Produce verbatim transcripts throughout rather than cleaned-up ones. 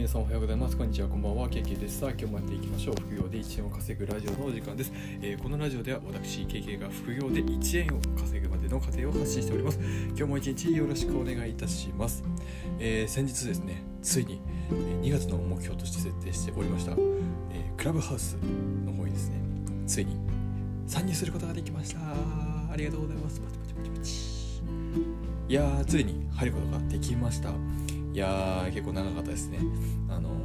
皆さんおはようございます。こんにちは、こんばんは。ケーケーです。さあ、今日もやっていきましょう。副業でいちえんを稼ぐラジオのお時間です。えー、このラジオでは私、ケーケーが副業でいちえんを稼ぐまでの過程を発信しております。今日も一日よろしくお願いいたします。えー、先日ですね、ついににがつの目標として設定しておりました、えー、クラブハウスの方にですね、ついに参入することができました。ありがとうございます。パチパチパチパチ。いやー、ついに入ることができました。いやー、結構長かったですね。あの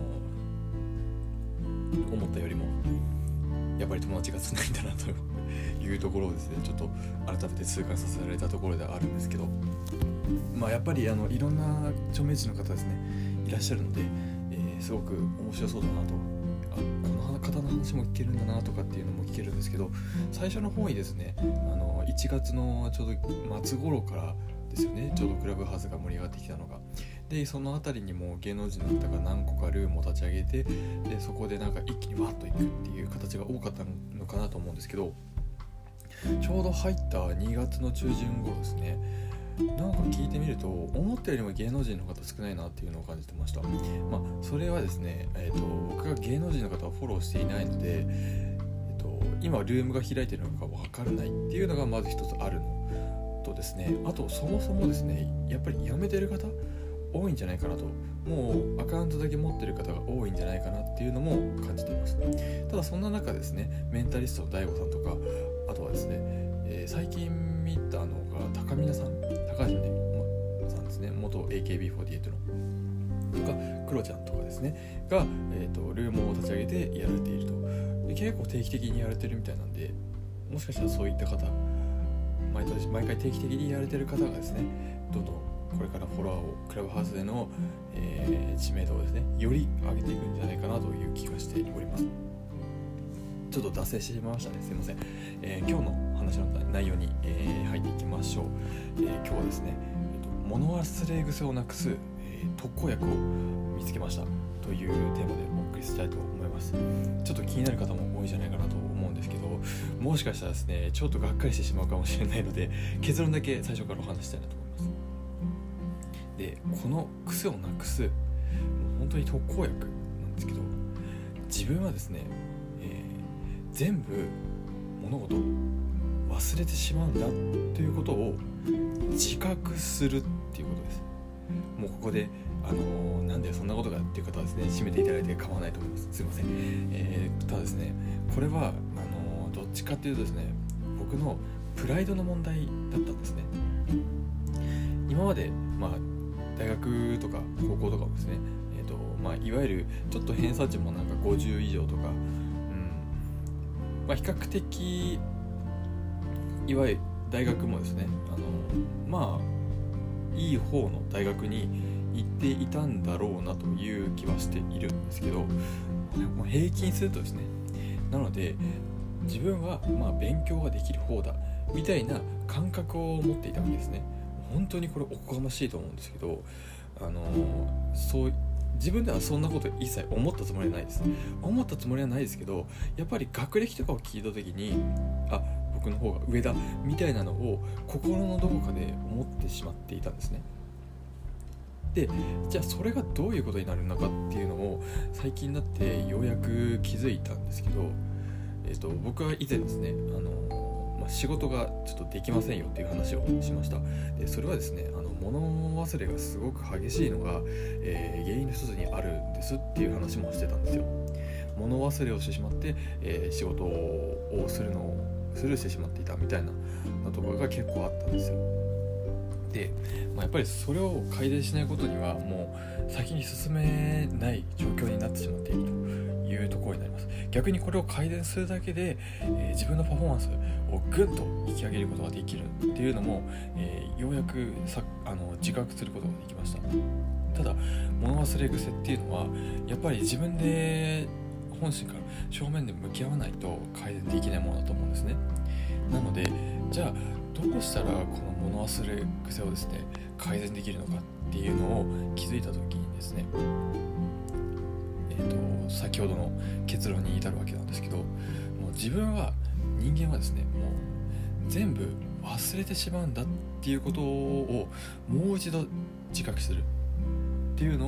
ー、思ったよりもやっぱり友達が少ないんだなというところをですね、ちょっと改めて痛感させられたところではあるんですけど、まあやっぱりあのいろんな著名人の方ですねいらっしゃるので、えー、すごく面白そうだなと、あ、この方の話も聞けるんだなとかっていうのも聞けるんですけど、最初の方にですね、あのいちがつのちょうど末頃からですよね、ちょうどクラブハウスが盛り上がってきたのが。でそのあたりにも芸能人の方が何個かルームを立ち上げて、でそこでなんか一気にワッといくっていう形が多かったのかなと思うんですけど、ちょうど入ったにがつの中旬頃ですね、なんか聞いてみると思ったよりも芸能人の方少ないなっていうのを感じてました。まあそれはですね、えーと、僕が芸能人の方をフォローしていないので、えーと、今ルームが開いているのか分からないっていうのがまず一つあるのとですね、あとそもそもですね、やっぱり辞めてる方多いんじゃないかなと、もうアカウントだけ持ってる方が多いんじゃないかなっていうのも感じています。ただそんな中ですね、メンタリストの ダイゴ さんとか、あとはですね、えー、最近見たのが高見菜さん、高橋ねさんですね、元 エーケービーフォーティーエイト のとか、クロちゃんとかですねが、えーと、ルームを立ち上げてやられていると。で結構定期的にやられてるみたいなんで、もしかしたらそういった方、毎年毎回定期的にやられてる方がですね、どんどんこれからフォロワーをクラブハウスでの、えー、知名度をですねより上げていくんじゃないかなという気がしております。ちょっと脱線してしまいましたね、すいません。えー、今日の話の内容に、えー、入っていきましょう。えー、今日はですね、えーと、物忘れ癖をなくす、えー、特効薬を見つけましたというテーマでお送りしたいと思います。ちょっと気になる方も多いんじゃないかなと思うんですけど、もしかしたらですねちょっとがっかりしてしまうかもしれないので、結論だけ最初からお話したいなと思います。でこの癖をなくす本当に特効薬なんですけど、自分はですね、えー、全部物事を忘れてしまうんだということを自覚するっていうことです。もうここであのー、なんでそんなことがっていう方はですね締めていただいて構わないと思います。すいません。えー、ただですね、これはあのー、どっちかっていうとですね、僕のプライドの問題だったんですね。今までまあ大学とか高校とかもですね、えーとまあ、いわゆるちょっと偏差値もなんかごじゅう以上とか、うんまあ、比較的いわゆる大学もですね、あのまあいい方の大学に行っていたんだろうなという気はしているんですけど、もう平均するとですね、なので自分はまあ勉強ができる方だみたいな感覚を持っていたわけですね。本当にこれおこがましいと思うんですけど、あのー、そう自分ではそんなこと一切思ったつもりはないです思ったつもりはないですけど、やっぱり学歴とかを聞いた時に、あ、僕の方が上だみたいなのを心のどこかで思ってしまっていたんですね。で、じゃあそれがどういうことになるのかっていうのを最近になってようやく気づいたんですけど、えーと、僕は以前ですね、あのーまあ、仕事がちょっとできませんよっていう話をしました。でそれはですね、あの物忘れがすごく激しいのが、えー、原因の一つにあるんですっていう話もしてたんですよ。物忘れをしてしまって、えー、仕事をするのをスルーしてしまっていたみたいなところが結構あったんですよ。で、まあ、やっぱりそれを改善しないことにはもう先に進めない状況になってしまっているというところになります。逆にこれを改善するだけで、えー、自分のパフォーマンスをぐんと引き上げることができるっていうのも、えー、ようやくさあの自覚することができました。ただ物忘れ癖っていうのはやっぱり自分で本心から正面で向き合わないと改善できないものだと思うんですね。なのでじゃあどうしたらこの物忘れ癖をですね改善できるのかっていうのを気づいた時にですね、えーと、先ほどの結論に至るわけなんですけど、もう自分は人間はですね、もう全部忘れてしまうんだっていうことをもう一度自覚するっていうのを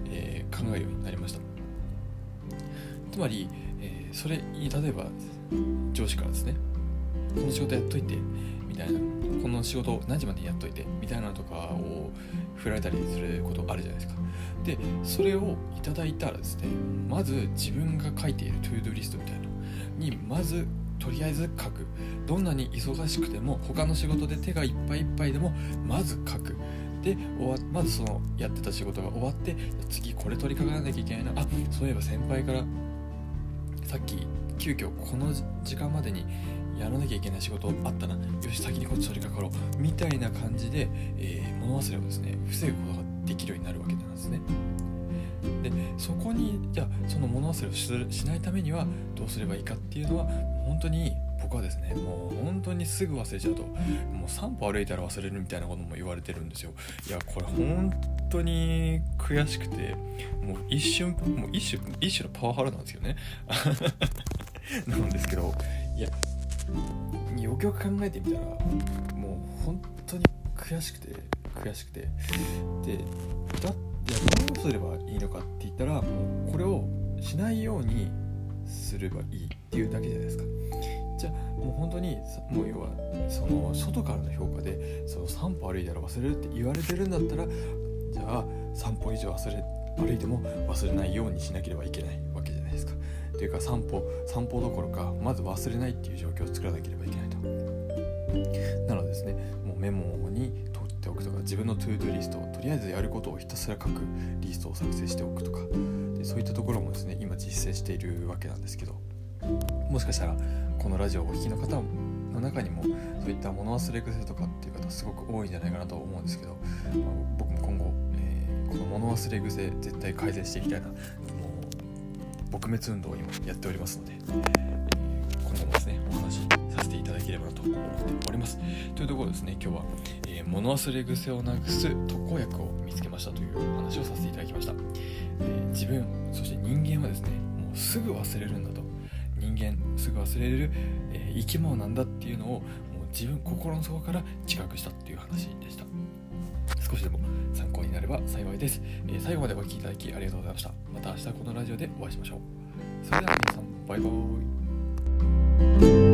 えー、考えるようになりました。つまり、えー、それに例えば上司からですね、この仕事やっといてみたいな、この仕事何時までにやっといてみたいなのとかを振られたりすることあるじゃないですか。でそれをいただいたらですね、まず自分が書いているトゥードゥリストみたいなのにまずとりあえず書く。どんなに忙しくても他の仕事で手がいっぱいいっぱいでもまず書く。でまずそのやってた仕事が終わって、次これ取り掛からなきゃいけないな、あ、そういえば先輩からさっき急遽この時間までにやらなきゃいけない仕事あったな、よし先にこっち取り掛かろうみたいな感じで、えー、物忘れをですね防ぐことができるようになるわけなんですね。でそこにじゃあその物忘れを し, しないためにはどうすればいいかっていうのは、本当に僕はですね、もう本当にすぐ忘れちゃうと、もうさん歩歩いたら忘れるみたいなことも言われてるんですよ。いやこれ本当に悔しくて、もう一瞬もう一種一種のパワハラなんですよねなんですけど、いやよくよく考えてみたら、もう本当に悔しくて悔しくてでだじゃあどうすればいいのかって言ったら、もうこれをしないようにすればいいっていうだけじゃないですか。じゃあもう本当にもう要はその外からの評価でそのさん歩歩いたら忘れるって言われてるんだったら、じゃあさん歩以上忘れ歩いても忘れないようにしなければいけないわけじゃないですか。というかさん歩さん歩どころかまず忘れないっていう状況を作らなければいけないと。なのでですね、もうメモに取っておくとか、自分のトゥードゥリストをとりあえずやることをひたすら書くリストを作成しておくとか、でそういったところもですね今実践しているわけなんですけど、もしかしたらこのラジオをお聞きの方の中にもそういった物忘れ癖とかっていう方すごく多いんじゃないかなと思うんですけど、まあ、僕も今後、えー、この物忘れ癖絶対改善していきたいな、もう撲滅運動を今やっておりますので、えー、今後もですねお話しさせていただければなと思っております。というところですね、今日は、えー、物忘れ癖をなくす特効薬を見つけましたという話をさせていただきました。えー、自分そして人間はですねもうすぐ忘れるんだと、人間すぐ忘れる、えー、生き物なんだっていうのをもう自分心の底から自覚したっていう話でした。少しでも参考になれば幸いです。えー、最後までお聞きいただきありがとうございました。また明日このラジオでお会いしましょう。それでは皆さんバイバーイ。